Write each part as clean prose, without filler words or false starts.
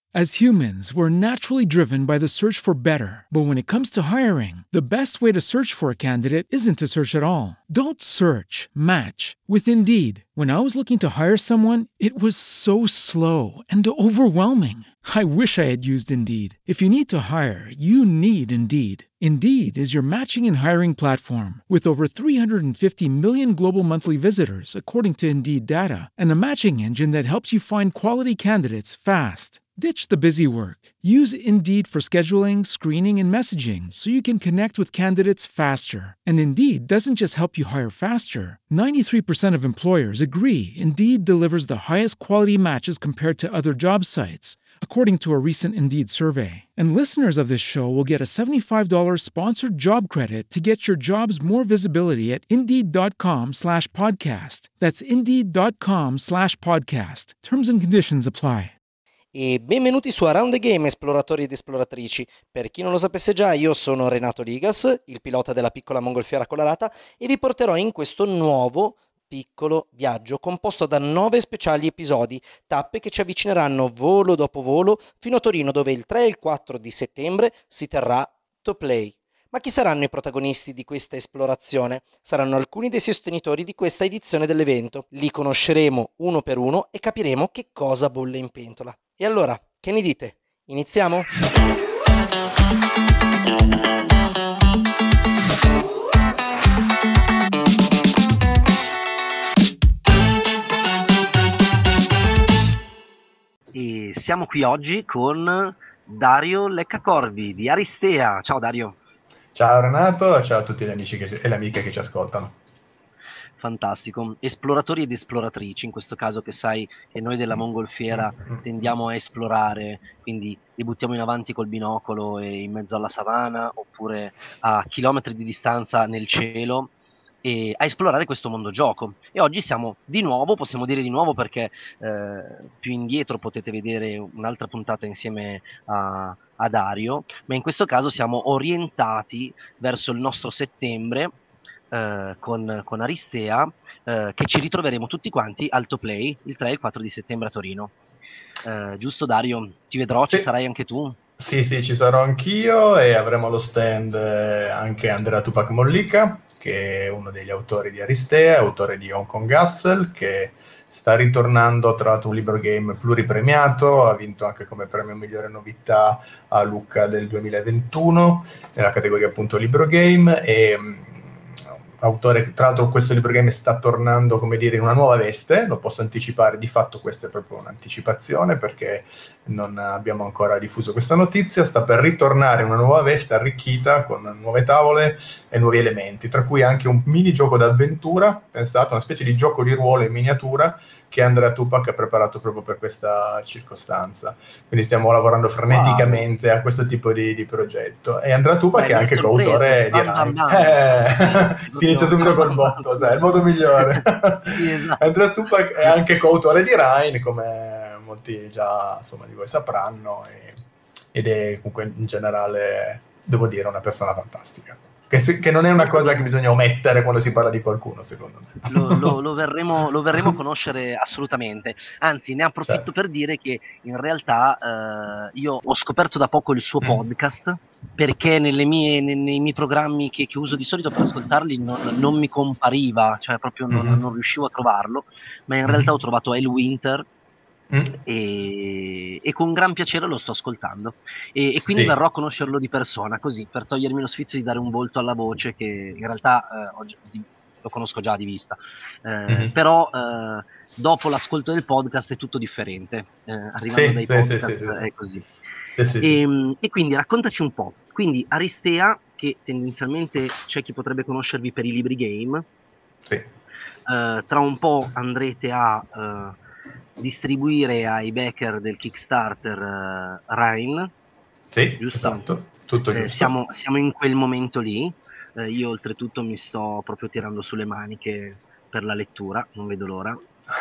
As humans, we're naturally driven by the search for better. But when it comes to hiring, the best way to search for a candidate isn't to search at all. Don't search, match with Indeed. When I was looking to hire someone, it was so slow and overwhelming. I wish I had used Indeed. If you need to hire, you need Indeed. Indeed is your matching and hiring platform with over 350 million global monthly visitors, according to Indeed data, and a matching engine that helps you find quality candidates fast. Ditch the busy work. Use Indeed for scheduling, screening, and messaging so you can connect with candidates faster. And Indeed doesn't just help you hire faster. 93% of employers agree Indeed delivers the highest quality matches compared to other job sites, according to a recent Indeed survey. And listeners of this show will get a $75 sponsored job credit to get your jobs more visibility at Indeed.com/podcast. That's Indeed.com/podcast. Terms and conditions apply. E benvenuti su Around the Game, esploratori ed esploratrici. Per chi non lo sapesse già, io sono Renato Ligas, il pilota della piccola mongolfiera colorata, e vi porterò in questo nuovo piccolo viaggio composto da 9 speciali episodi, tappe che ci avvicineranno volo dopo volo fino a Torino, dove il 3 e il 4 di settembre si terrà Toplay. Ma chi saranno i protagonisti di questa esplorazione? Saranno alcuni dei sostenitori di questa edizione dell'evento. Li conosceremo uno per uno e capiremo che cosa bolle in pentola. E allora, che ne dite? Iniziamo? E siamo qui oggi con Dario Leccacorvi di Aristea. Ciao Dario. Ciao Renato, ciao a tutti gli amici e le amiche che ci ascoltano. Fantastico, esploratori ed esploratrici, in questo caso che sai che noi della mongolfiera tendiamo a esplorare, quindi li buttiamo in avanti col binocolo e in mezzo alla savana, oppure a chilometri di distanza nel cielo, e a esplorare questo mondo gioco. E oggi siamo di nuovo, possiamo dire di nuovo perché più indietro potete vedere un'altra puntata insieme a Dario, ma in questo caso siamo orientati verso il nostro settembre con Aristea, che ci ritroveremo tutti quanti al Toplay il 3 e il 4 di settembre a Torino. Giusto Dario? Ti vedrò, Sì. Ci sarai anche tu? Sì, ci sarò anch'io e avremo allo stand anche Andrea Tupac Mollica, che è uno degli autori di Aristea, autore di Hong Kong Hustle, che sta ritornando, tra l'altro un libro game pluripremiato, ha vinto anche come premio migliore novità a Lucca del 2021 nella categoria appunto libro game, e autore, tra l'altro questo libro game sta tornando, come dire, in una nuova veste, lo posso anticipare, di fatto questa è proprio un'anticipazione perché non abbiamo ancora diffuso questa notizia, sta per ritornare in una nuova veste arricchita con nuove tavole e nuovi elementi, tra cui anche un mini gioco d'avventura, pensato, una specie di gioco di ruolo in miniatura che Andrea Tupac ha preparato proprio per questa circostanza. Quindi stiamo lavorando freneticamente a questo tipo di progetto. E Andrea Tupac è anche coautore di Rime. Si inizia subito col botto, è il modo migliore. Sì, esatto. Andrea Tupac è anche coautore di Rime, come molti già insomma di voi sapranno, ed è comunque in generale, devo dire, una persona fantastica. Che non è una cosa che bisogna omettere quando si parla di qualcuno, secondo me. Lo verremo a conoscere assolutamente. Anzi, ne approfitto Certo. per dire che in realtà io ho scoperto da poco il suo podcast, perché nei miei programmi che uso di solito per ascoltarli non mi compariva, cioè proprio non riuscivo a trovarlo, ma in realtà ho trovato El Winter. E con gran piacere lo sto ascoltando e quindi verrò a conoscerlo di persona, così per togliermi lo sfizio di dare un volto alla voce che in realtà lo conosco già di vista, però dopo l'ascolto del podcast è tutto differente, arrivando dai podcast è così. E quindi raccontaci un po', quindi Aristea, che tendenzialmente c'è chi potrebbe conoscervi per i libri game, tra un po' andrete a distribuire ai backer del Kickstarter Rhine, giusto? Esatto, tutto giusto. Siamo in quel momento lì, io oltretutto mi sto proprio tirando sulle maniche per la lettura, non vedo l'ora.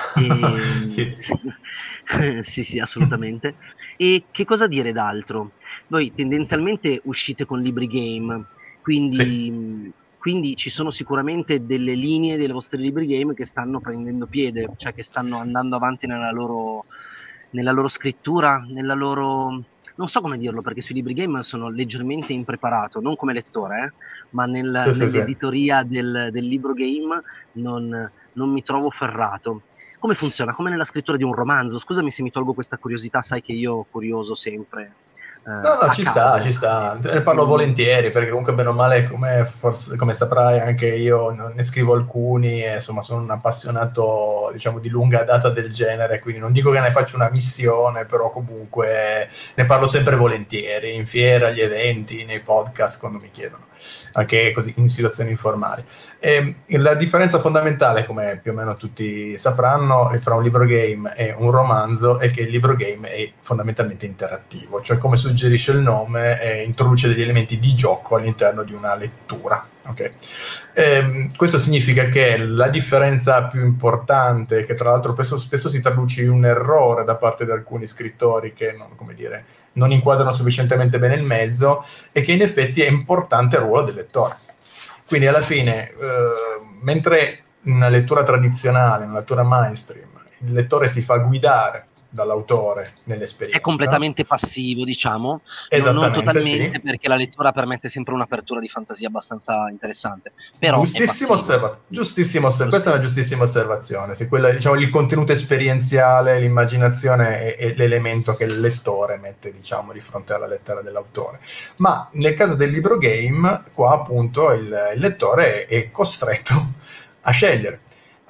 Sì, assolutamente. E che cosa dire d'altro? Voi tendenzialmente uscite con libri game, quindi ci sono sicuramente delle linee dei vostri libri game che stanno prendendo piede, cioè che stanno andando avanti nella loro nella loro scrittura, nella loro... Non so come dirlo, perché sui libri game sono leggermente impreparato, non come lettore, ma nell'editoria del libro game non mi trovo ferrato. Come funziona? Come nella scrittura di un romanzo? Scusami se mi tolgo questa curiosità, sai che io curioso sempre. No, ci sta, ne parlo volentieri, perché comunque bene o male, come saprai, anche io ne scrivo alcuni, e insomma sono un appassionato, diciamo, di lunga data del genere, quindi non dico che ne faccio una missione, però comunque ne parlo sempre volentieri, in fiera, agli eventi, nei podcast, quando mi chiedono, anche così in situazioni informali. La differenza fondamentale, come più o meno tutti sapranno, tra un libro game e un romanzo è che il libro game è fondamentalmente interattivo, cioè come suggerisce il nome, introduce degli elementi di gioco all'interno di una lettura. Okay. Questo significa che la differenza più importante, che tra l'altro spesso si traduce in un errore da parte di alcuni scrittori che non inquadrano sufficientemente bene il mezzo, è che in effetti è importante il ruolo del lettore. Quindi alla fine, mentre in una lettura tradizionale, in una lettura mainstream, il lettore si fa guidare dall'autore nell'esperienza. È completamente passivo, diciamo, non totalmente, sì, perché la lettura permette sempre un'apertura di fantasia abbastanza interessante. Però giustissima questa è una giustissima osservazione. Se quella, diciamo, il contenuto esperienziale, l'immaginazione è l'elemento che il lettore mette, diciamo, di fronte alla lettera dell'autore. Ma nel caso del libro game, qua appunto il lettore è costretto a scegliere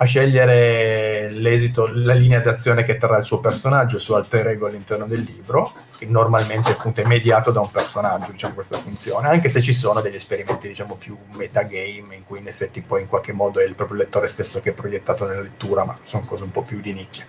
l'esito, la linea d'azione che terrà il suo personaggio, il suo alter ego all'interno del libro, che normalmente appunto è mediato da un personaggio, diciamo, questa funzione, anche se ci sono degli esperimenti, diciamo, più metagame, in cui in effetti poi in qualche modo è il proprio lettore stesso che è proiettato nella lettura, ma sono cose un po' più di nicchia.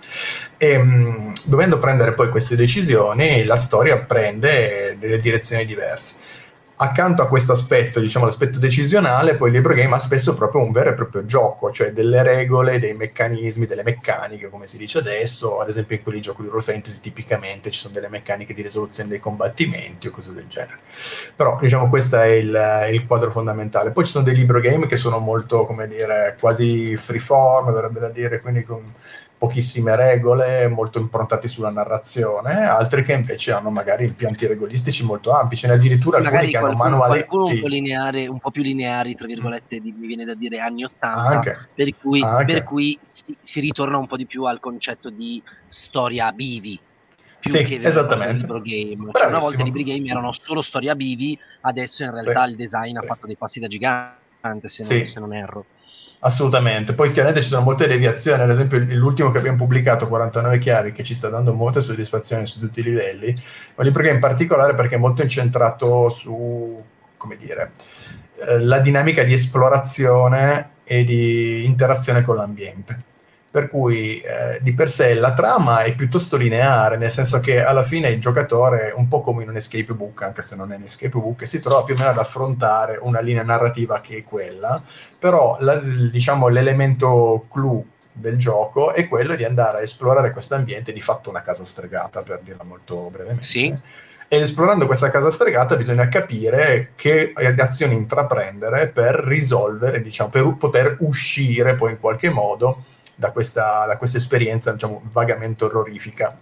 Dovendo prendere poi queste decisioni, la storia prende delle direzioni diverse. Accanto a questo aspetto, diciamo l'aspetto decisionale, poi il libro game ha spesso proprio un vero e proprio gioco, cioè delle regole, dei meccanismi, delle meccaniche, come si dice adesso. Ad esempio in quelli giochi di roll fantasy tipicamente ci sono delle meccaniche di risoluzione dei combattimenti o cose del genere. Però diciamo questo è il quadro fondamentale. Poi ci sono dei libro game che sono molto, come dire, quasi freeform, verrebbe da dire, quindi con pochissime regole, molto improntati sulla narrazione, altri che invece hanno magari impianti regolistici molto ampi, ce n'è addirittura alcuni che hanno manualetti. Qualcuno un po' più lineari, tra virgolette, mi viene da dire anni 80, per cui si ritorna un po' di più al concetto di storia a bivi, più che esattamente. libro game. Cioè, una volta i libri game erano solo storia a bivi, adesso in realtà il design ha fatto dei passi da gigante, se non erro. Assolutamente, poi chiaramente ci sono molte deviazioni, ad esempio l'ultimo che abbiamo pubblicato, 49 chiavi, che ci sta dando molte soddisfazioni su tutti i livelli, un libro che in particolare perché è molto incentrato su, come dire, la dinamica di esplorazione e di interazione con l'ambiente. Per cui di per sé la trama è piuttosto lineare, nel senso che alla fine il giocatore, un po' come in un escape book, anche se non è un escape book, si trova più o meno ad affrontare una linea narrativa che è quella, però diciamo l'elemento clou del gioco è quello di andare a esplorare questo ambiente, di fatto una casa stregata, per dirla molto brevemente. Sì. Ed esplorando questa casa stregata bisogna capire che azioni intraprendere per risolvere, diciamo, per poter uscire poi in qualche modo da questa esperienza, diciamo, vagamente orrorifica.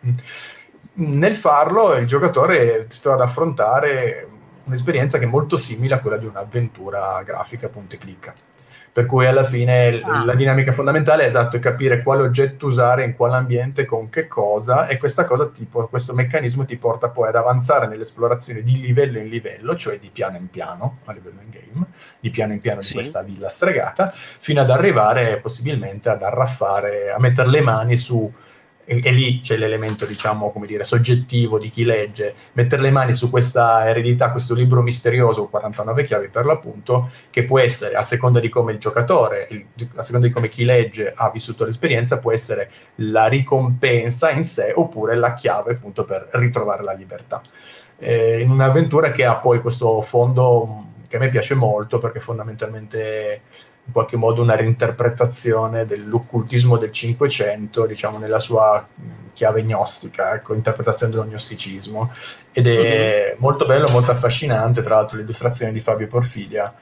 Nel farlo il giocatore si trova ad affrontare un'esperienza che è molto simile a quella di un'avventura grafica punta e clicca. Per cui alla fine la dinamica fondamentale è capire quale oggetto usare in quale ambiente, con che cosa, e questa cosa questo meccanismo ti porta poi ad avanzare nell'esplorazione di livello in livello, cioè di piano in piano, a livello in game, di piano in piano di questa villa stregata, fino ad arrivare possibilmente ad arraffare, a mettere le mani su, e lì c'è l'elemento, diciamo, come dire, soggettivo di chi legge, mettere le mani su questa eredità, questo libro misterioso, 49 chiavi per l'appunto, che può essere, a seconda di come il giocatore, a seconda di come chi legge ha vissuto l'esperienza, può essere la ricompensa in sé, oppure la chiave appunto per ritrovare la libertà. In un'avventura che ha poi questo fondo che a me piace molto, perché fondamentalmente in qualche modo una reinterpretazione dell'occultismo del Cinquecento, diciamo, nella sua chiave gnostica, ecco, interpretazione dello gnosticismo, ed è molto bello, molto affascinante. Tra l'altro l'illustrazione di Fabio Porfidia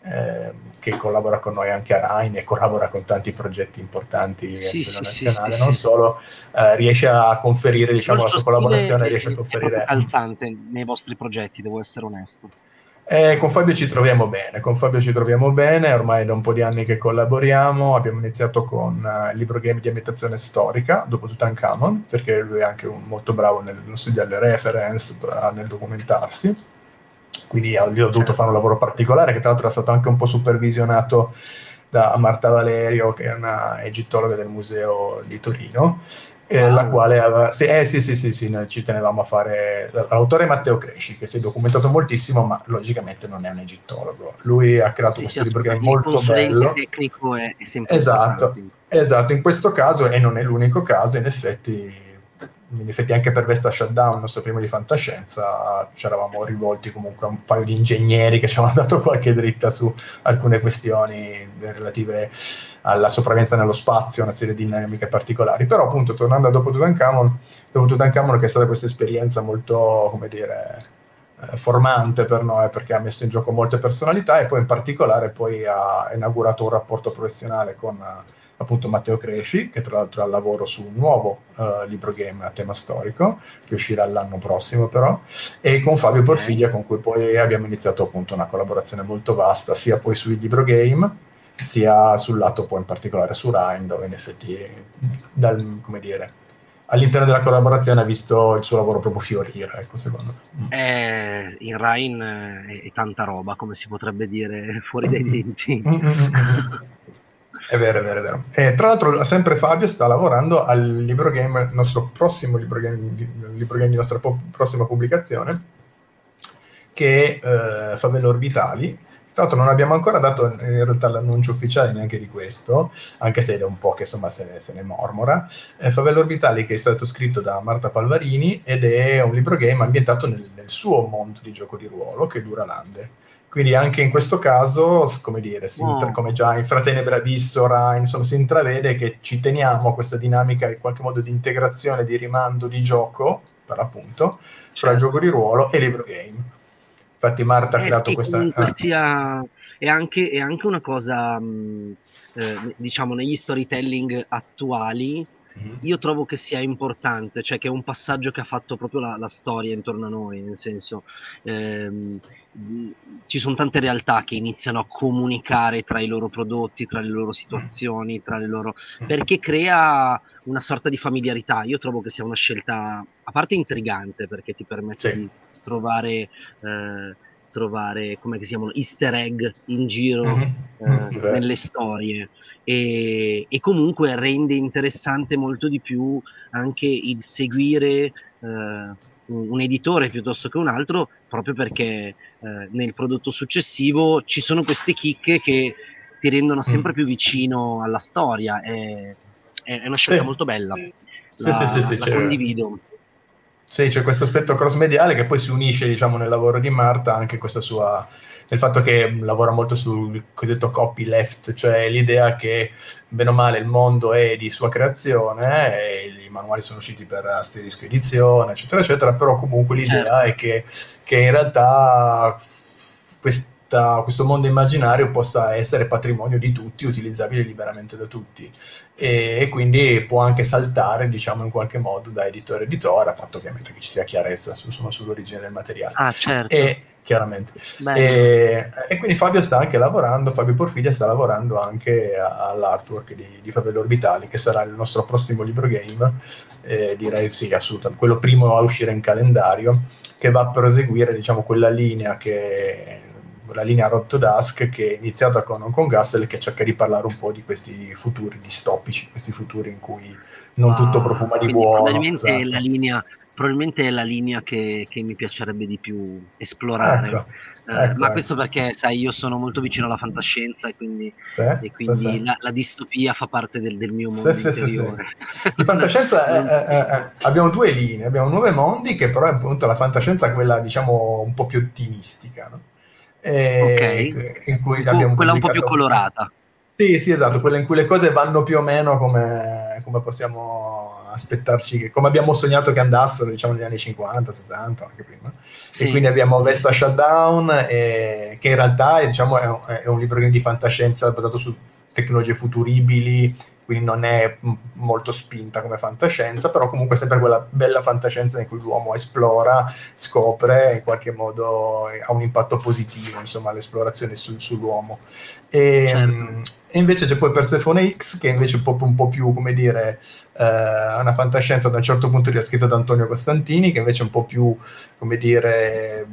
che collabora con noi anche a Rhine e collabora con tanti progetti importanti a livello nazionale, non sì. solo, riesce a conferire, diciamo, la sua collaborazione, riesce a conferire... È calzante nei vostri progetti, devo essere onesto. Con Fabio ci troviamo bene, ormai da un po' di anni che collaboriamo, abbiamo iniziato con il libro game di ambientazione storica, dopo Tutankhamon, perché lui è anche molto bravo nello studiare le reference, nel documentarsi, quindi io ho dovuto fare un lavoro particolare, che tra l'altro è stato anche un po' supervisionato da Marta Valerio, che è una egittologa del Museo di Torino, la quale aveva... Sì, noi ci tenevamo a fare... L'autore è Matteo Cresci, che si è documentato moltissimo, ma logicamente non è un egittologo. Lui ha creato questo libro che è molto bello. Il tecnico è sempre esatto, in questo caso, e non è l'unico caso, in effetti anche per Vesta Shutdown, il nostro primo di fantascienza, ci eravamo rivolti comunque a un paio di ingegneri che ci hanno dato qualche dritta su alcune questioni relative alla sopravvivenza nello spazio, una serie di dinamiche particolari. Però appunto, tornando a dopo Tutankhamon, che è stata questa esperienza molto, come dire, formante per noi, perché ha messo in gioco molte personalità, e poi in particolare poi ha inaugurato un rapporto professionale con appunto Matteo Cresci, che tra l'altro ha lavoro su un nuovo libro game a tema storico, che uscirà l'anno prossimo però, e con Fabio Porfiglia, con cui poi abbiamo iniziato appunto una collaborazione molto vasta, sia poi sui libro game, sia sul lato poi in particolare su Rhine, dove in effetti come dire, all'interno della collaborazione ha visto il suo lavoro proprio fiorire, ecco, secondo me. In Rhine è tanta roba, come si potrebbe dire, fuori dai denti. È vero. Tra l'altro, sempre Fabio sta lavorando al libro game, il nostro prossimo libro game di nostra prossima pubblicazione, che è Favelle Orbitali. Tra l'altro non abbiamo ancora dato in realtà l'annuncio ufficiale neanche di questo, anche se è un po' che insomma se ne mormora. Favelle Orbitali, che è stato scritto da Marta Palvarini, ed è un libro game ambientato nel suo mondo di gioco di ruolo, che è Duralande. Quindi anche in questo caso, come dire, come già in Fratenebre Abisso, Rhine, insomma, si intravede che ci teniamo a questa dinamica in qualche modo di integrazione, di rimando di gioco, per appunto, tra il gioco di ruolo e libro game. Infatti Marta ha creato questa... È anche una cosa, diciamo, negli storytelling attuali, io trovo che sia importante, cioè che è un passaggio che ha fatto proprio la storia intorno a noi, nel senso... ci sono tante realtà che iniziano a comunicare tra i loro prodotti, tra le loro situazioni, perché crea una sorta di familiarità. Io trovo che sia una scelta a parte intrigante, perché ti permette di trovare come si chiamano, easter egg in giro nelle storie, e comunque rende interessante molto di più anche il seguire un editore piuttosto che un altro, proprio perché nel prodotto successivo ci sono queste chicche che ti rendono sempre più vicino alla storia. È una scelta molto bella, la condivido. Sì, c'è questo aspetto cross-mediale che poi si unisce, diciamo, nel lavoro di Marta, anche questa sua... nel fatto che lavora molto sul cosiddetto copyleft, cioè l'idea che bene o male il mondo è di sua creazione, e i manuali sono usciti per Asterisco Edizione, eccetera, eccetera, però comunque l'idea è che in realtà questo mondo immaginario possa essere patrimonio di tutti, utilizzabile liberamente da tutti, e quindi può anche saltare, diciamo, in qualche modo da editore a editore, a patto ovviamente che ci sia chiarezza sull'origine del materiale. Certo. Chiaramente. E quindi Fabio Porfiglia sta lavorando anche all'artwork di Favelle Orbitali, che sarà il nostro prossimo libro game, direi sì, assolutamente, quello primo a uscire in calendario, che va a proseguire, diciamo, quella linea Road to Dusk, che è iniziata con Hong Kong Castle, che cerca di parlare un po' di questi futuri distopici, questi futuri in cui non tutto profuma di buono. Probabilmente è la linea che mi piacerebbe di più esplorare. Ecco. Questo perché, sai, io sono molto vicino alla fantascienza, e quindi la distopia fa parte del mio mondo interiore. Di fantascienza abbiamo due linee, abbiamo Nuovi Mondi, che però è appunto la fantascienza quella, diciamo, un po' più ottimistica, no? In cui abbiamo quella un po' più colorata. Sì, esatto, quella in cui le cose vanno più o meno come possiamo aspettarci che, come abbiamo sognato che andassero, diciamo, negli anni 50, 60, anche prima. Sì, e quindi abbiamo Vesta Shutdown, che in realtà diciamo, è un libro di fantascienza basato su tecnologie futuribili, quindi non è molto spinta come fantascienza, però comunque sempre quella bella fantascienza in cui l'uomo esplora, scopre, in qualche modo ha un impatto positivo, insomma, l'esplorazione sull'uomo. certo. E invece c'è poi Persefone X, che invece è un po' più, come dire, una fantascienza da un certo punto di vista, scritto da Antonio Costantini, che invece è un po' più, come dire,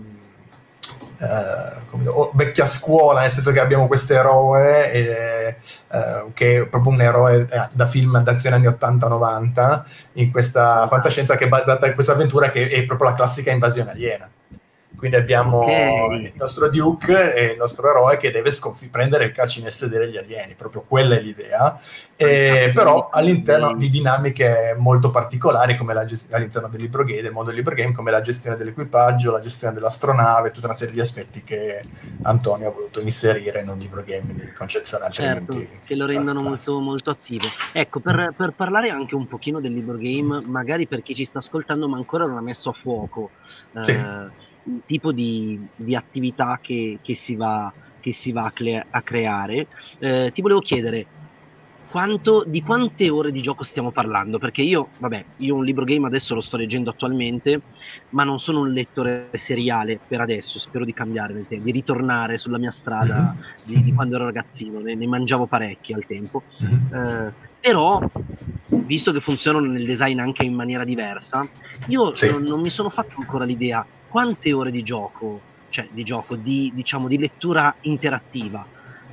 vecchia scuola, nel senso che abbiamo questo eroe che è proprio un eroe da film d'azione anni 80-90 in questa fantascienza che è basata in questa avventura che è proprio la classica invasione aliena. Quindi abbiamo il nostro Duke e il nostro eroe che deve prendere il calcio nel sedere gli alieni, proprio quella è l'idea, però all'interno di dinamiche molto particolari come all'interno del libro game, del mondo del libro game, come la gestione dell'equipaggio, la gestione dell'astronave, tutta una serie di aspetti che Antonio ha voluto inserire in un libro game di concezione certo, che lo rendono molto, molto attivo. Ecco, per parlare anche un pochino del libro game, magari per chi ci sta ascoltando ma ancora non ha messo a fuoco il tipo di attività che si va a creare, ti volevo chiedere di quante ore di gioco stiamo parlando? Perché io un libro game adesso lo sto leggendo attualmente, ma non sono un lettore seriale per adesso, spero di cambiare, di ritornare sulla mia strada di quando ero ragazzino, ne mangiavo parecchi al tempo, però visto che funzionano nel design anche in maniera diversa, io non mi sono fatto ancora l'idea quante ore di gioco, diciamo di lettura interattiva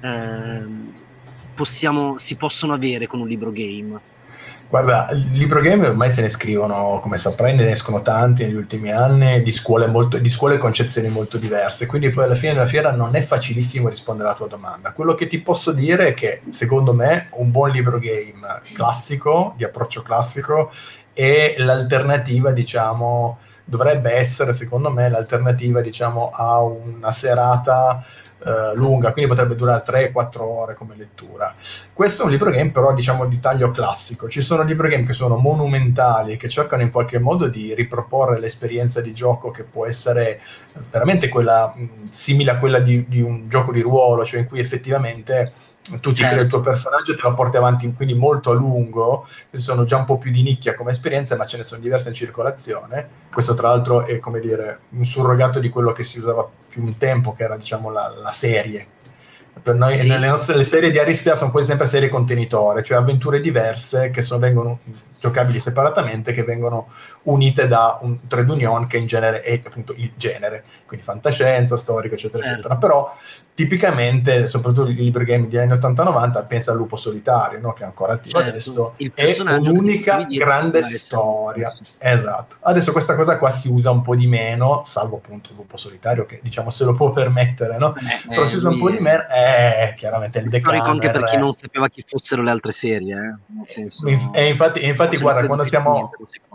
si possono avere con un libro game. Guarda, il libro game ormai se ne scrivono, come saprai, ne escono tanti negli ultimi anni, di scuole e concezioni molto diverse, quindi poi alla fine della fiera non è facilissimo rispondere alla tua domanda. Quello che ti posso dire è che, secondo me, un buon libro game classico, di approccio classico, è l'alternativa, diciamo, dovrebbe essere, secondo me, l'alternativa, diciamo, a una serata lunga, quindi potrebbe durare 3-4 ore come lettura. Questo è un libro game però, diciamo, di taglio classico. Ci sono libro game che sono monumentali, che cercano in qualche modo di riproporre l'esperienza di gioco che può essere veramente quella simile a quella di un gioco di ruolo, cioè in cui effettivamente tu ti crei il tuo personaggio e te lo porti avanti quindi molto a lungo. Questi sono già un po' più di nicchia come esperienza, ma ce ne sono diverse in circolazione. Questo tra l'altro è, come dire, un surrogato di quello che si usava più un tempo, che era, diciamo, la serie. Per noi le serie di Aristea sono quasi sempre serie contenitore, cioè avventure diverse che vengono giocabili separatamente, che vengono unite da un trade union che in genere è appunto il genere, quindi fantascienza, storico, eccetera, eccetera. Però tipicamente, soprattutto i libri game degli anni 80-90, pensa al Lupo Solitario, no? Che è ancora attivo adesso, è un'unica grande storia. Esatto. Adesso questa cosa qua si usa un po' di meno, salvo appunto il Lupo Solitario, che diciamo se lo può permettere, no? Però si usa un po' di meno, chiaramente il Decamer, anche per chi non sapeva chi fossero le altre serie, nel senso, infatti guarda, quando siamo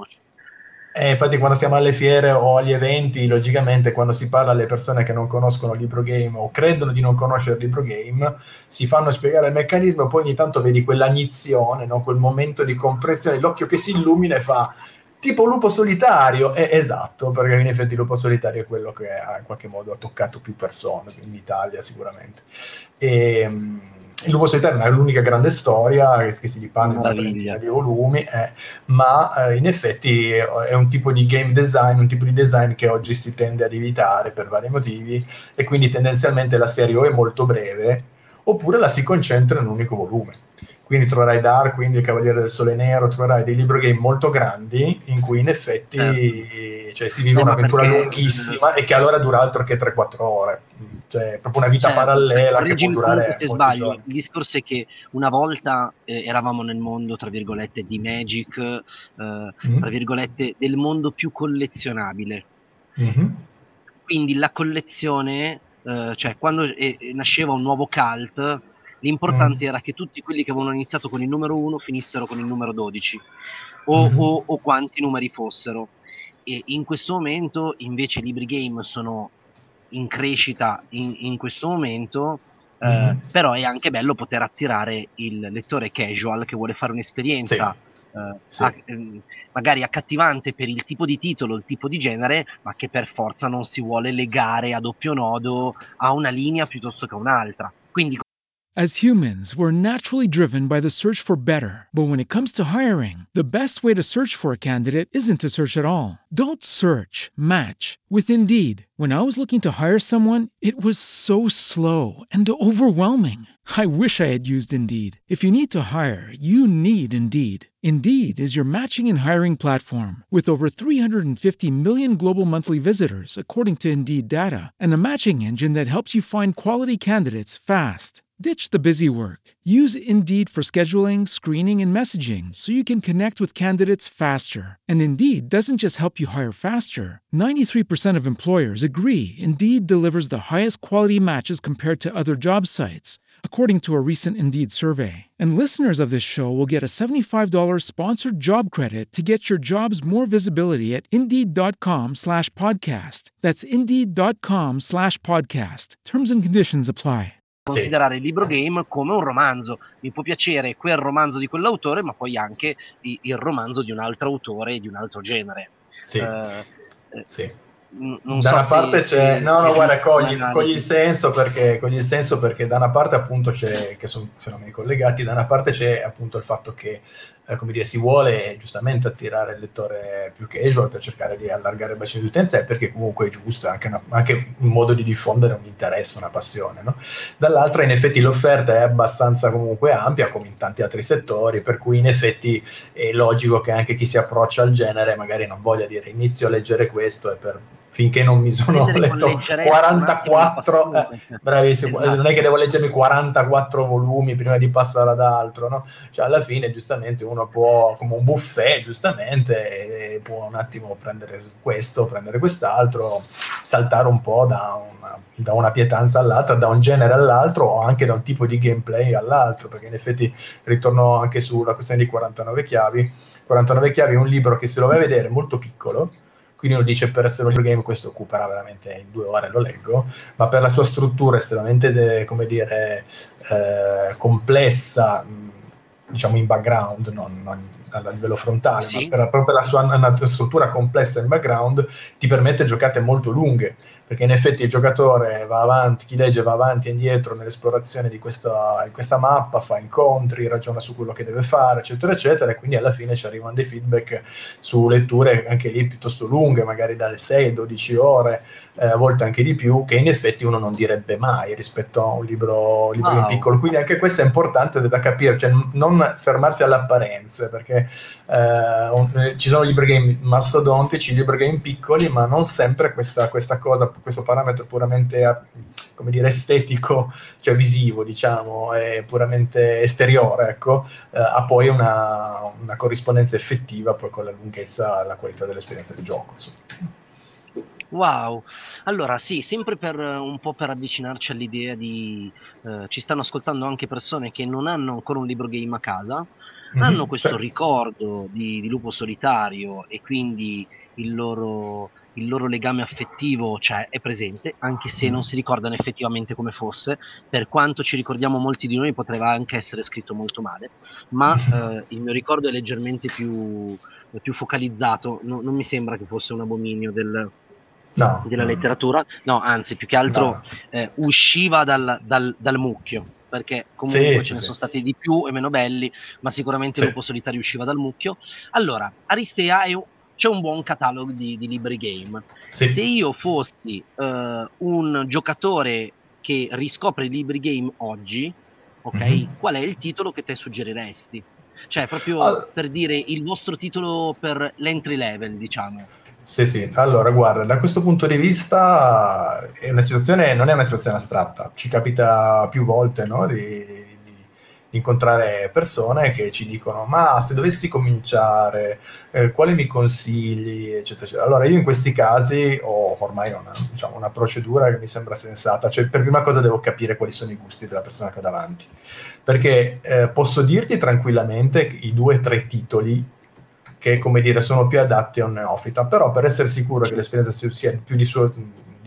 alle fiere o agli eventi, logicamente quando si parla alle persone che non conoscono il libro game o credono di non conoscere il libro game, si fanno spiegare il meccanismo e poi ogni tanto vedi quell'agnizione, no? Quel momento di compressione, l'occhio che si illumina e fa tipo Lupo Solitario. Esatto, perché in effetti Lupo Solitario è quello che in qualche modo ha toccato più persone in Italia sicuramente. Il Lupo Solitario è l'unica grande storia che si dipande da 30 di volumi, ma in effetti è un tipo di game design, un tipo di design che oggi si tende ad evitare per vari motivi, e quindi tendenzialmente la serie o è molto breve oppure la si concentra in un unico volume. Quindi troverai Dark, quindi il Cavaliere del Sole Nero, troverai dei libro game molto grandi in cui in effetti cioè, si vive un'avventura lunghissima e che allora dura altro che 3-4 ore. Cioè proprio una vita parallela che può durare se sbaglio. Il discorso è che una volta eravamo nel mondo, tra virgolette, di Magic, tra virgolette, del mondo più collezionabile. Quindi la collezione, cioè quando nasceva un nuovo cult, l'importante era che tutti quelli che avevano iniziato con il numero 1 finissero con il numero 12 o quanti numeri fossero. E in questo momento invece i libri game sono in crescita in questo momento, però è anche bello poter attirare il lettore casual che vuole fare un'esperienza magari accattivante per il tipo di titolo, il tipo di genere, ma che per forza non si vuole legare a doppio nodo a una linea piuttosto che a un'altra. Quindi As humans, we're naturally driven by the search for better. But when it comes to hiring, the best way to search for a candidate isn't to search at all. Don't search, match with Indeed. When I was looking to hire someone, it was so slow and overwhelming. I wish I had used Indeed. If you need to hire, you need Indeed. Indeed is your matching and hiring platform with over 350 million global monthly visitors, according to Indeed data, and a matching engine that helps you find quality candidates fast. Ditch the busy work. Use Indeed for scheduling, screening, and messaging so you can connect with candidates faster. And Indeed doesn't just help you hire faster. 93% of employers agree Indeed delivers the highest quality matches compared to other job sites, according to a recent Indeed survey. And listeners of this show will get a $75 sponsored job credit to get your jobs more visibility at Indeed.com/podcast. That's Indeed.com/podcast. Terms and conditions apply. Considerare il libro game come un romanzo. Mi può piacere quel romanzo di quell'autore, ma poi anche il romanzo di un altro autore di un altro genere. Sì. Non da so una parte c'è guarda, cogli il senso perché da una parte appunto c'è, che sono fenomeni collegati, da una parte c'è appunto il fatto che come dire, si vuole giustamente attirare il lettore più casual per cercare di allargare il bacino di utenza, e perché comunque è giusto, è anche un modo di diffondere un interesse, una passione, no? Dall'altra in effetti l'offerta è abbastanza comunque ampia, come in tanti altri settori, per cui in effetti è logico che anche chi si approccia al genere magari non voglia dire inizio a leggere questo e finché non mi sono letto 44 bravissimo, non è che devo leggermi 44 volumi prima di passare ad altro, no? Cioè alla fine giustamente uno può, come un buffet giustamente, può un attimo prendere questo, prendere quest'altro, saltare un po' da una pietanza all'altra, da un genere all'altro, o anche da un tipo di gameplay all'altro, perché in effetti ritorno anche sulla questione di 49 chiavi. 49 chiavi è un libro che, se lo vai a vedere, è molto piccolo, quindi uno dice per essere un libro game questo occuperà veramente in 2 ore, lo leggo, ma per la sua struttura estremamente complessa, diciamo in background, non a livello frontale, sì, ma proprio la sua struttura complessa in background ti permette giocate molto lunghe, perché in effetti il giocatore va avanti, chi legge va avanti e indietro nell'esplorazione di questa mappa, fa incontri, ragiona su quello che deve fare, eccetera eccetera, e quindi alla fine ci arrivano dei feedback su letture anche lì piuttosto lunghe, magari dalle 6-12 ore, a volte anche di più, che in effetti uno non direbbe mai rispetto a un libro in piccolo. Quindi anche questo è importante da capire, cioè non fermarsi alle apparenze, perché ci sono libri game mastodontici, libri game piccoli, ma non sempre questa cosa, questo parametro puramente come dire estetico, cioè visivo, diciamo, è puramente esteriore, ecco, ha poi una corrispondenza effettiva poi con la lunghezza, la qualità dell'esperienza di gioco, insomma. Wow, allora sì, sempre un po' per avvicinarci all'idea di ci stanno ascoltando anche persone che non hanno ancora un libro game a casa, hanno questo ricordo di Lupo Solitario, e quindi il loro legame affettivo, cioè, è presente, anche se non si ricordano effettivamente come fosse. Per quanto ci ricordiamo molti di noi, potrebbe anche essere scritto molto male, ma il mio ricordo è leggermente più focalizzato. Non mi sembra che fosse un abominio della letteratura, no, anzi più che altro usciva dal mucchio, perché comunque ce ne sono stati di più e meno belli, ma sicuramente Lupo Solitario usciva dal mucchio. Allora, Aristea c'è un buon catalogo di libri game. Se io fossi un giocatore che riscopre i libri game oggi, ok, qual è il titolo che te suggeriresti? Cioè proprio per dire il vostro titolo per l'entry level, diciamo. Sì, allora guarda, da questo punto di vista non è una situazione astratta, ci capita più volte, no, di incontrare persone che ci dicono: ma se dovessi cominciare, quale mi consigli, eccetera eccetera. Allora io in questi casi ho ormai una procedura che mi sembra sensata, cioè per prima cosa devo capire quali sono i gusti della persona che ho davanti, perché posso dirti tranquillamente i 2 o 3 titoli che, come dire, sono più adatti a un neofita, però per essere sicuro che l'esperienza sia più di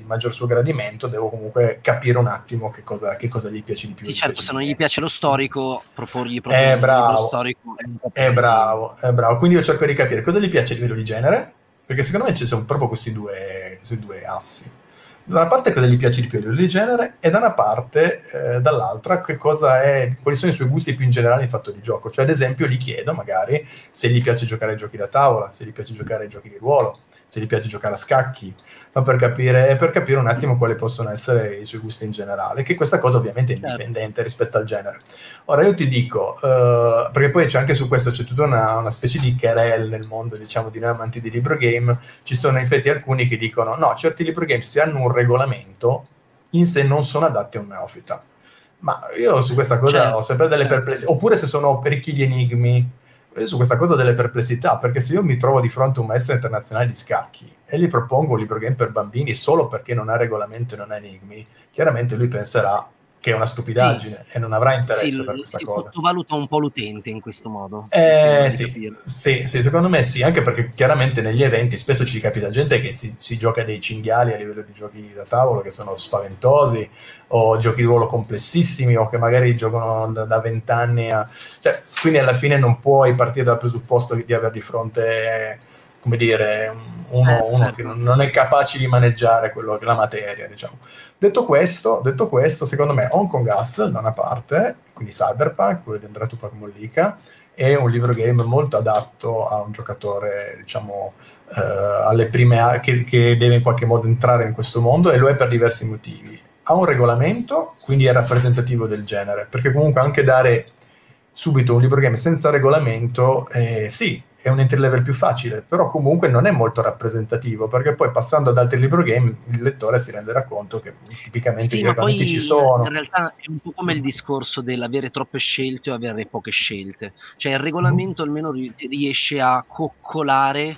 maggior suo gradimento, devo comunque capire un attimo che cosa gli piace di più. Sì, certo, se non gli piace lo storico, proporgli proprio un libro storico è un po' è bravo. Quindi io cerco di capire cosa gli piace a livello di genere, perché secondo me ci sono proprio questi due assi. Da una parte cosa gli piace di più a livello di genere, e da una parte, dall'altra, quali sono i suoi gusti più in generale in fatto di gioco. Cioè, ad esempio, gli chiedo magari se gli piace giocare ai giochi da tavola, se gli piace giocare ai giochi di ruolo, se gli piace giocare a scacchi, ma per capire un attimo quali possono essere i suoi gusti in generale, che questa cosa ovviamente è indipendente rispetto al genere. Ora io ti dico, perché poi c'è anche su questo, c'è tutta una specie di querelle nel mondo, diciamo, di noi amanti di libro game. Ci sono infatti alcuni che dicono no, certi libro game, se hanno un regolamento in sé non sono adatti a un neofita. Ma io su questa cosa ho sempre delle perplessità, oppure se sono ricchi di enigmi. Io su questa cosa ho delle perplessità, perché se io mi trovo di fronte a un maestro internazionale di scacchi e gli propongo un libro game per bambini solo perché non ha regolamento e non ha enigmi, chiaramente lui penserà che è una stupidaggine e non avrà interesse per questa cosa. Si sottovaluta un po' l'utente in questo modo. Sì, secondo me sì, anche perché chiaramente negli eventi spesso ci capita gente che si gioca dei cinghiali a livello di giochi da tavolo che sono spaventosi, o giochi di ruolo complessissimi, o che magari giocano da 20 anni cioè, quindi alla fine non puoi partire dal presupposto di avere di fronte, come dire, uno che non è capace di maneggiare la materia, diciamo. Detto questo, secondo me Hong Kong Castle da una parte, quindi Cyberpunk, quello di Andrea Tupac Mollica, è un libro game molto adatto a un giocatore, diciamo, alle prime che deve in qualche modo entrare in questo mondo, e lo è per diversi motivi. Ha un regolamento, quindi è rappresentativo del genere, perché comunque anche dare subito un libro game senza regolamento, sì, è un entry level più facile, però comunque non è molto rappresentativo, perché poi passando ad altri libro game il lettore si renderà conto che tipicamente i regolamenti ci sono. In realtà è un po' come il discorso dell'avere troppe scelte o avere poche scelte, cioè il regolamento almeno riesce a coccolare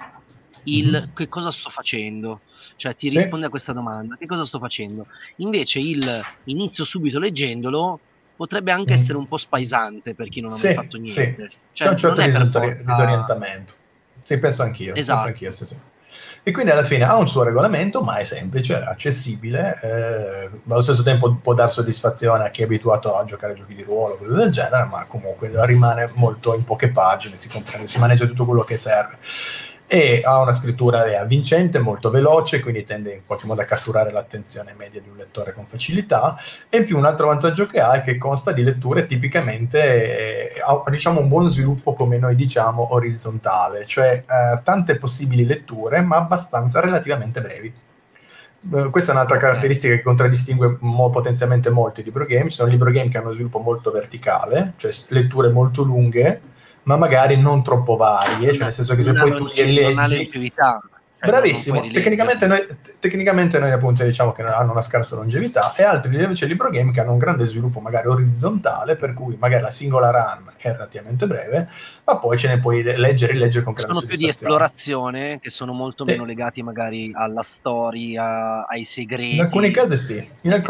che cosa sto facendo, cioè ti risponde a questa domanda, che cosa sto facendo. Invece il inizio subito leggendolo potrebbe anche essere un po' spaesante per chi non ha mai fatto niente. C'è un certo disorientamento. Sì, penso anch'io. Esatto. Sì. E quindi alla fine ha un suo regolamento, ma è semplice, è accessibile, ma allo stesso tempo può dar soddisfazione a chi è abituato a giocare a giochi di ruolo, cose del genere, ma comunque rimane molto in poche pagine, si maneggia tutto quello che serve. E ha una scrittura avvincente, molto veloce, quindi tende in qualche modo a catturare l'attenzione media di un lettore con facilità. E in più un altro vantaggio che ha è che consta di letture tipicamente, ha diciamo un buon sviluppo, come noi diciamo, orizzontale, cioè tante possibili letture ma abbastanza relativamente brevi. Questa è un'altra caratteristica che contraddistingue potenzialmente molti libro game. Ci sono libro game che hanno sviluppo molto verticale, cioè letture molto lunghe, ma magari non troppo varie, cioè nel senso che se poi tu li leggi... Bravissimo, tecnicamente noi appunto diciamo che hanno una scarsa longevità, e altri invece libro game che hanno un grande sviluppo magari orizzontale, per cui magari la singola run è relativamente breve, ma poi ce ne puoi leggere e rileggere con grande sono più di esplorazione, che sono molto meno legati magari alla storia, ai segreti. In alcuni casi sì,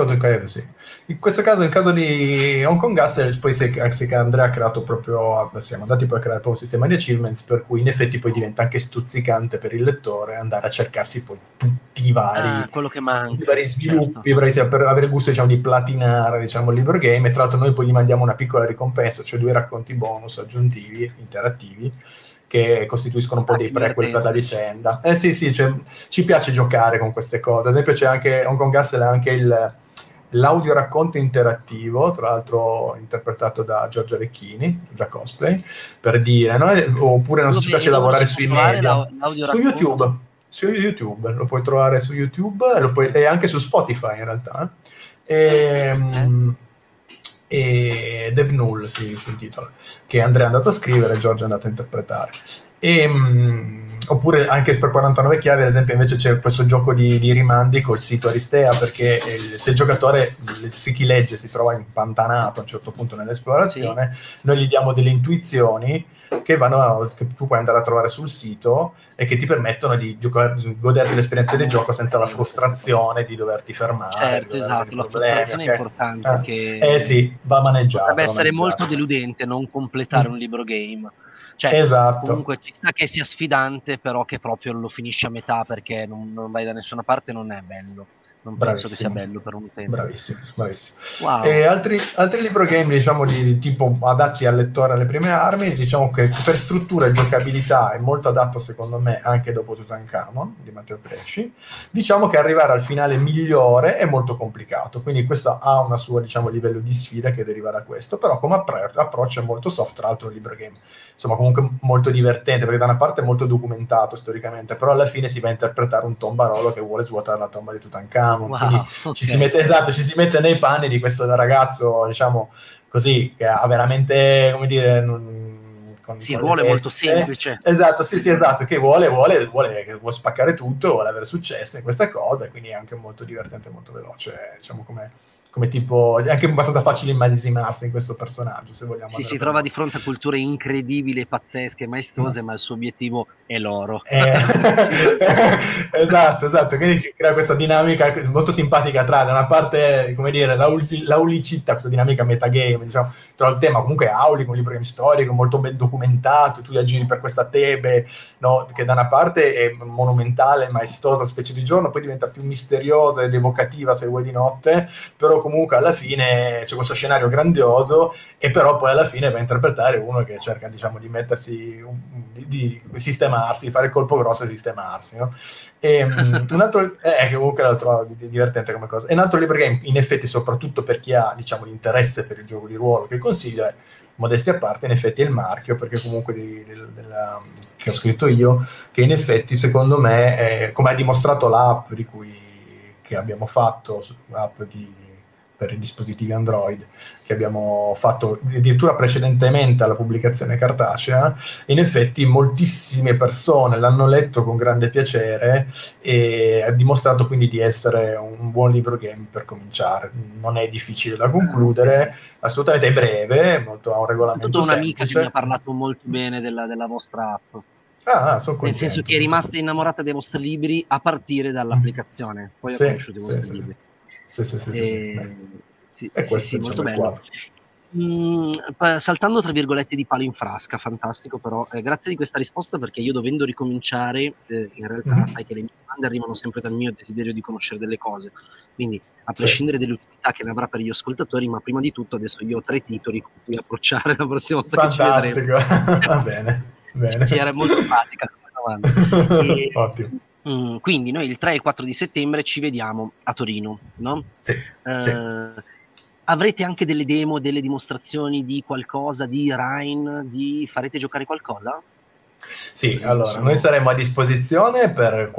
in questo caso, nel caso di Hong Kong Castle, poi che Andrea ha creato proprio, siamo andati poi a creare proprio un sistema di achievements, per cui in effetti poi diventa anche stuzzicante per il lettore andare a cercarsi poi tutti i vari, quello che manca, i vari sviluppi, per avere il gusto, diciamo, di platinare, diciamo, il libro game. E tra l'altro noi poi gli mandiamo una piccola ricompensa, cioè 2 racconti bonus aggiuntivi interattivi che costituiscono un po' dei prequel per la vicenda. Sì, cioè, ci piace giocare con queste cose. Ad esempio c'è anche Hong Kong Castle, anche l'audio racconto interattivo, tra l'altro interpretato da Giorgio Orecchini, da Cosplay, per dire, no? Oppure non ci piace lavorare sui media, su YouTube, lo puoi trovare su YouTube e anche su Spotify in realtà. E Dev Null si intitola, che Andrea è andato a scrivere e Giorgio è andato a interpretare. Oppure anche per 49 chiavi, ad esempio, invece c'è questo gioco di rimandi col sito Aristea, perché se il giocatore, se chi legge si trova impantanato a un certo punto nell'esplorazione, noi gli diamo delle intuizioni che tu puoi andare a trovare sul sito e che ti permettono di goderti l'esperienza di gioco senza la frustrazione di doverti fermare. Certo, esatto, la frustrazione è importante. Sì, va maneggiato. Potrebbe essere molto deludente non completare un libro game. Cioè, esatto. Comunque ci sta che sia sfidante, però che proprio lo finisci a metà perché non vai da nessuna parte, non è bello. non penso che sia bello per un utente. Bravissimo. Wow. E altri libro game, diciamo, di tipo adatti al lettore alle prime armi, diciamo che per struttura e giocabilità è molto adatto secondo me anche dopo Tutankhamon di Matteo Cresci. Diciamo che arrivare al finale migliore è molto complicato, quindi questo ha una sua, diciamo, livello di sfida che deriva da questo, però come approccio è molto soft. Tra l'altro un libro game, insomma, comunque molto divertente, perché da una parte è molto documentato storicamente, però alla fine si va a interpretare un tombarolo che vuole svuotare la tomba di Tutankhamon. Quindi okay. ci si mette nei panni di questo ragazzo, diciamo così, che ha veramente, come dire, vuole molto semplice. Esatto, esatto, che vuole spaccare tutto, vuole avere successo in questa cosa, e quindi è anche molto divertente, molto veloce, diciamo, come tipo, è anche abbastanza facile immedesimarsi in questo personaggio, se vogliamo. Si trova di fronte a culture incredibili, pazzesche, maestose, ma il suo obiettivo è l'oro. Esatto, quindi crea questa dinamica molto simpatica tra, da una parte, come dire, l'aulicità, questa dinamica metagame, diciamo, tra il tema comunque aulico, un libro game storico molto ben documentato, tu aggiri per questa Tebe, no, che da una parte è monumentale, maestosa, specie di giorno, poi diventa più misteriosa ed evocativa se vuoi di notte, però comunque alla fine c'è questo scenario grandioso, e però poi alla fine va a interpretare uno che cerca, diciamo, di mettersi, di sistemarsi, di fare il colpo grosso e sistemarsi, no? E un altro, che comunque lo trovo divertente come cosa. E un altro libro game, in effetti, soprattutto per chi ha, diciamo, l'interesse per il gioco di ruolo, che consiglio è, modestia a parte, in effetti è Il Marchio, perché comunque che ho scritto io, che in effetti secondo me, come ha dimostrato l'app che abbiamo fatto, l'app per i dispositivi Android, che abbiamo fatto addirittura precedentemente alla pubblicazione cartacea, in effetti moltissime persone l'hanno letto con grande piacere, e ha dimostrato quindi di essere un buon libro game per cominciare. Non è difficile da concludere, assolutamente è breve, ha un regolamento semplice. Un'amica che mi ha parlato molto bene della vostra app. Sono contento. Nel senso che è rimasta innamorata dei vostri libri a partire dall'applicazione, poi ha conosciuto i vostri libri. Sì, molto bello. Saltando tra virgolette di palo in frasca, fantastico, però grazie di questa risposta, perché io, dovendo ricominciare, in realtà sai che le mie domande arrivano sempre dal mio desiderio di conoscere delle cose, quindi a prescindere dall'utilità che ne avrà per gli ascoltatori, ma prima di tutto adesso io ho 3 titoli con cui approcciare la prossima volta che ci vedremo. Fantastico, va bene. Sì, era molto pratica questa domanda. Ottimo. Quindi noi il 3 e il 4 di settembre ci vediamo a Torino, no? Sì. Avrete anche delle demo, delle dimostrazioni di qualcosa, di Rhine, farete giocare qualcosa? Sì, allora, noi saremo a disposizione per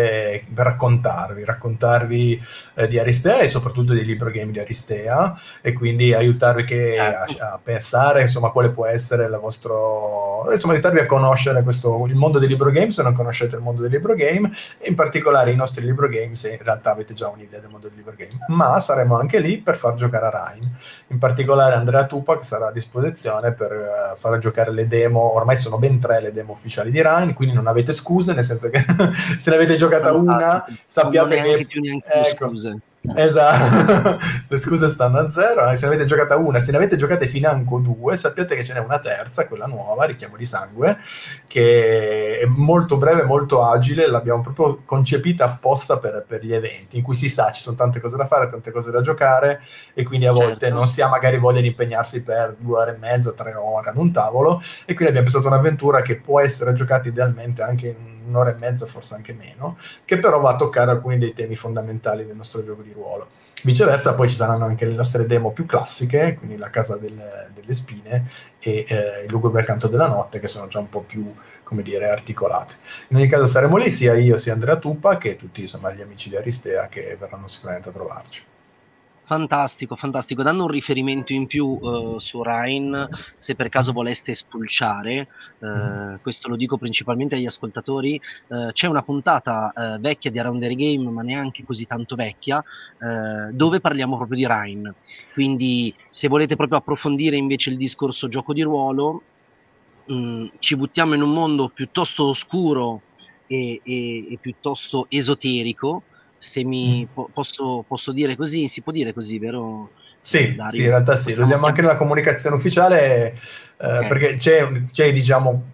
raccontarvi di Aristea, e soprattutto dei libro game di Aristea, e quindi aiutarvi a pensare, insomma, quale può essere aiutarvi a conoscere il mondo dei libro game, se non conoscete il mondo dei libro game, e in particolare i nostri libro game, se in realtà avete già un'idea del mondo dei libro game. Ma saremo anche lì per far giocare a Rhine, in particolare Andrea Tupac sarà a disposizione per far giocare le demo. Ormai sono ben 3 le demo ufficiali di Rhine, quindi non avete scuse, nel senso che se ne avete giocata una, sappiate che scuse. Esatto, le scuse stanno a zero. Se ne avete giocata una, se ne avete giocate financo 2, sappiate che ce n'è una terza, quella nuova, Richiamo di Sangue, che è molto breve, molto agile, l'abbiamo proprio concepita apposta per gli eventi, in cui si sa ci sono tante cose da fare, tante cose da giocare, e quindi a volte non si ha magari voglia di impegnarsi per 2 ore e mezza, 3 ore ad un tavolo, e quindi abbiamo pensato un'avventura che può essere giocata idealmente anche in 1 ora e mezza, forse anche meno, che però va a toccare alcuni dei temi fondamentali del nostro gioco di ruolo. Viceversa, poi ci saranno anche le nostre demo più classiche, quindi La Casa delle Spine e Il lugubre canto della notte, che sono già un po' più, come dire, articolate. In ogni caso saremo lì, sia io sia Andrea Tuppa, che tutti, insomma, gli amici di Aristea che verranno sicuramente a trovarci. Fantastico. Dando un riferimento in più su Rhine, se per caso voleste spulciare, questo lo dico principalmente agli ascoltatori, c'è una puntata vecchia di Around the Game, ma neanche così tanto vecchia, dove parliamo proprio di Rhine. Quindi se volete proprio approfondire invece il discorso gioco di ruolo, ci buttiamo in un mondo piuttosto oscuro e piuttosto esoterico, se posso dire così, si può dire così, vero? Sì, in realtà sì, lo usiamo anche nella comunicazione ufficiale, perché c'è diciamo,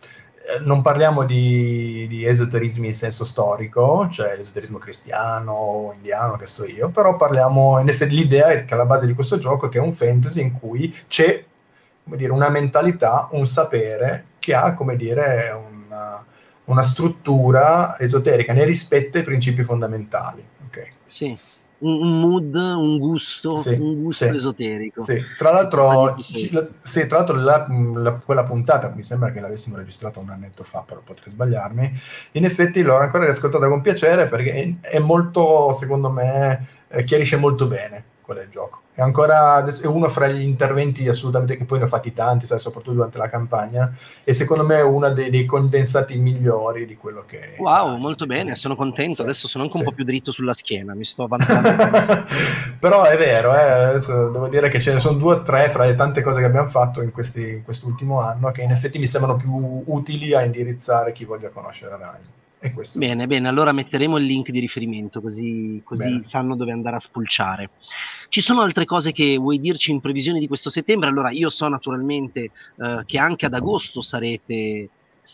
non parliamo di esoterismi in senso storico, cioè l'esoterismo cristiano, indiano, che so io, però parliamo, in effetti l'idea è che alla base di questo gioco è che è un fantasy in cui c'è, come dire, una mentalità, un sapere che ha, come dire, una struttura esoterica, ne rispetta i principi fondamentali. Okay. Sì, un mood, un gusto esoterico. Sì. Tra Si parla l'altro, di tutto. tra l'altro quella puntata, mi sembra che l'avessimo registrata un annetto fa, però potrei sbagliarmi, in effetti l'ho ancora riascoltata con piacere perché è molto, secondo me, chiarisce molto bene qual è il gioco. È ancora è uno fra gli interventi assolutamente, che poi ne ho fatti tanti, sai, soprattutto durante la campagna, e secondo me è uno dei condensati migliori di quello che Wow, molto bene, sono contento. Sì, Adesso sono anche sì. un po' più dritto sulla schiena, mi sto vantando. Però è vero, adesso devo dire che ce ne sono 2 o 3 fra le tante cose che abbiamo fatto in quest'ultimo anno che in effetti mi sembrano più utili a indirizzare chi voglia conoscere Rai. E questo. Bene, allora metteremo il link di riferimento così sanno dove andare a spulciare. Ci sono altre cose che vuoi dirci in previsione di questo settembre? Allora, io so naturalmente che anche ad agosto sarete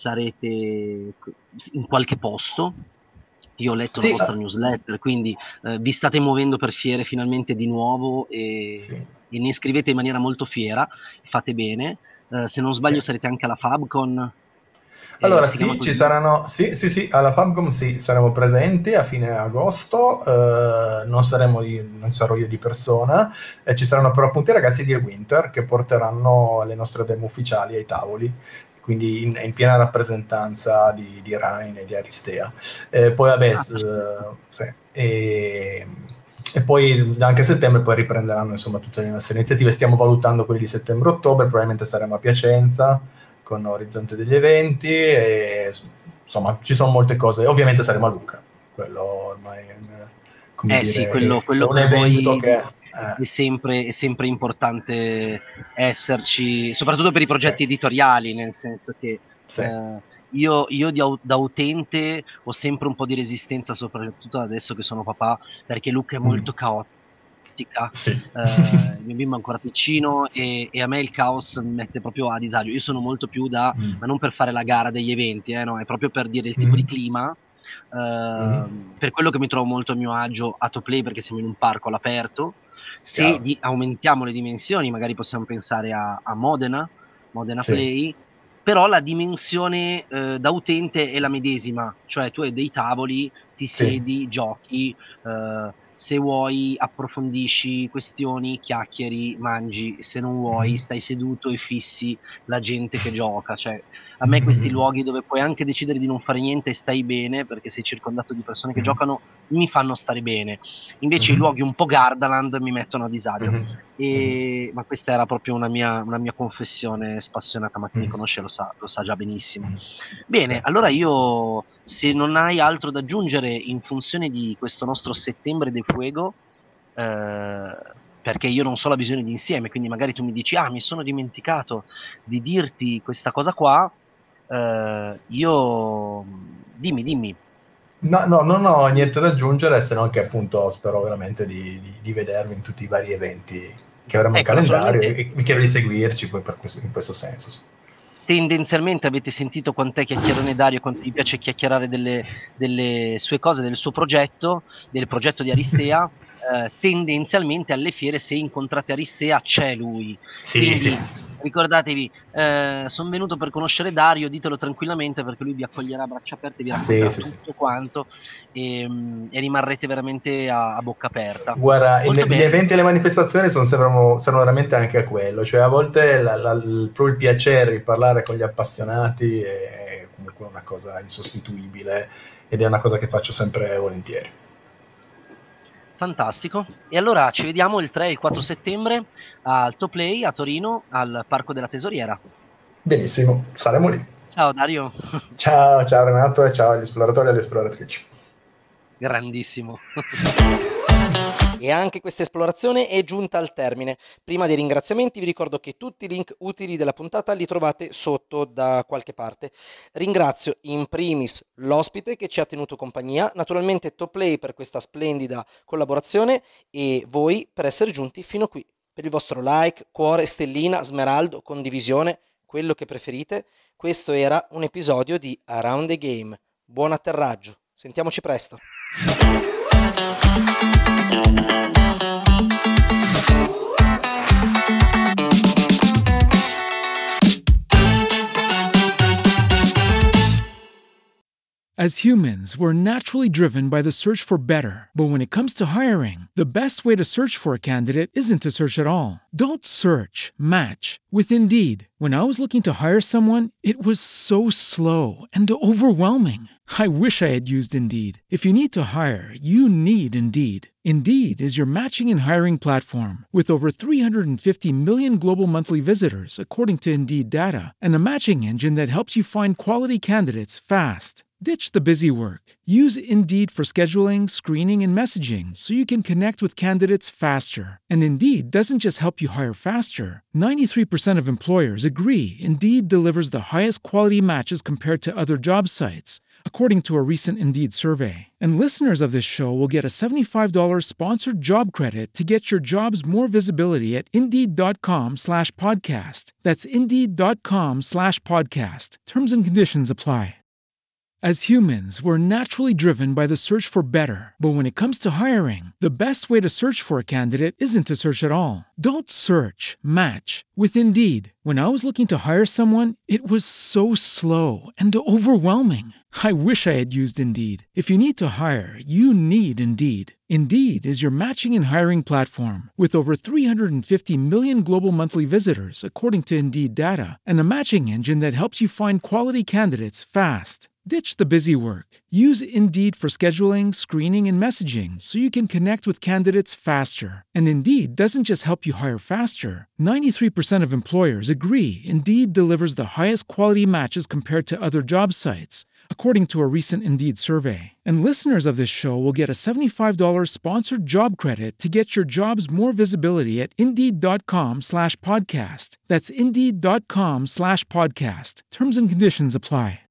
in qualche posto. Io ho letto la vostra newsletter, quindi vi state muovendo per fiere finalmente di nuovo e ne scrivete in maniera molto fiera, fate bene. Se non sbaglio sarete anche alla Fabcon. Allora ci saranno, alla Fabcom saremo presenti a fine agosto, non sarò io di persona, ci saranno però appunto i ragazzi di Winter che porteranno le nostre demo ufficiali ai tavoli, quindi in piena rappresentanza di Rain e di Aristea. Poi vabbè, e poi anche a settembre poi riprenderanno insomma tutte le nostre iniziative. Stiamo valutando quelli di settembre-ottobre, probabilmente saremo a Piacenza con Orizzonte degli Eventi, e insomma ci sono molte cose. Ovviamente saremo a Luca, quello ormai è quello è un per evento voi che è sempre importante esserci, soprattutto per i progetti editoriali, nel senso che io da utente ho sempre un po' di resistenza, soprattutto adesso che sono papà, perché Luca è molto caotica. Il mio bimbo è ancora piccino e a me il caos mi mette proprio a disagio. Io sono molto più ma non per fare la gara degli eventi, no, è proprio per dire il tipo di clima. Per quello che mi trovo molto a mio agio a Toplay, perché siamo in un parco all'aperto. Se aumentiamo le dimensioni, magari possiamo pensare a Modena Play, però la dimensione da utente è la medesima, cioè tu hai dei tavoli, ti siedi, giochi, se vuoi approfondisci questioni, chiacchieri, mangi, se non vuoi stai seduto e fissi la gente che gioca. Cioè, a me questi luoghi dove puoi anche decidere di non fare niente e stai bene perché sei circondato di persone che giocano mi fanno stare bene. Invece i luoghi un po' Gardaland mi mettono a disagio. Ma questa era proprio una mia confessione spassionata, ma chi mi conosce lo sa già benissimo. Bene, allora io, se non hai altro da aggiungere in funzione di questo nostro settembre del fuego, perché io non so la visione di insieme, quindi magari tu mi dici mi sono dimenticato di dirti questa cosa qua, io dimmi. No, non ho niente da aggiungere, se non che appunto spero veramente di vedervi in tutti i vari eventi che avremo in calendario e mi chiedo di seguirci poi in questo senso. Tendenzialmente avete sentito quant'è chiacchierone Dario, quanto gli piace chiacchierare delle sue cose, del suo progetto, del progetto di Aristea. Tendenzialmente alle fiere, se incontrate Aristea, c'è lui. Quindi ricordatevi, sono venuto per conoscere Dario, ditelo tranquillamente perché lui vi accoglierà a braccia aperte, vi racconterà tutto quanto e rimarrete veramente a bocca aperta. Guarda, gli eventi e le manifestazioni sono veramente anche a quello, cioè a volte proprio il piacere di parlare con gli appassionati è comunque una cosa insostituibile ed è una cosa che faccio sempre volentieri. Fantastico. E allora ci vediamo il 3 e il 4 settembre al Toplay a Torino, al Parco della Tesoriera. Benissimo, saremo lì. Ciao Dario. Ciao Renato e ciao agli esploratori e alle esploratrici. Grandissimo. E anche questa esplorazione è giunta al termine. Prima dei ringraziamenti vi ricordo che tutti i link utili della puntata li trovate sotto da qualche parte. Ringrazio in primis l'ospite che ci ha tenuto compagnia, naturalmente Toplay per questa splendida collaborazione e voi per essere giunti fino qui. Per il vostro like, cuore, stellina, smeraldo, condivisione, quello che preferite. Questo era un episodio di Around the Game. Buon atterraggio, sentiamoci presto. As humans, we're naturally driven by the search for better. But when it comes to hiring, the best way to search for a candidate isn't to search at all. Don't search, match with Indeed. When I was looking to hire someone, it was so slow and overwhelming. I wish I had used Indeed. If you need to hire, you need Indeed. Indeed is your matching and hiring platform with over 350 million global monthly visitors, according to Indeed data, and a matching engine that helps you find quality candidates fast. Ditch the busy work. Use Indeed for scheduling, screening, and messaging so you can connect with candidates faster. And Indeed doesn't just help you hire faster. 93% of employers agree Indeed delivers the highest quality matches compared to other job sites, according to a recent Indeed survey. And listeners of this show will get a $75 sponsored job credit to get your jobs more visibility at Indeed.com/podcast. That's Indeed.com/podcast. Terms and conditions apply. As humans, we're naturally driven by the search for better. But when it comes to hiring, the best way to search for a candidate isn't to search at all. Don't search, match with Indeed. When I was looking to hire someone, it was so slow and overwhelming. I wish I had used Indeed. If you need to hire, you need Indeed. Indeed is your matching and hiring platform with over 350 million global monthly visitors, according to Indeed data, and a matching engine that helps you find quality candidates fast. Ditch the busy work. Use Indeed for scheduling, screening, and messaging so you can connect with candidates faster. And Indeed doesn't just help you hire faster. 93% of employers agree Indeed delivers the highest quality matches compared to other job sites, according to a recent Indeed survey. And listeners of this show will get a $75 sponsored job credit to get your jobs more visibility at Indeed.com/podcast. That's Indeed.com/podcast. Terms and conditions apply.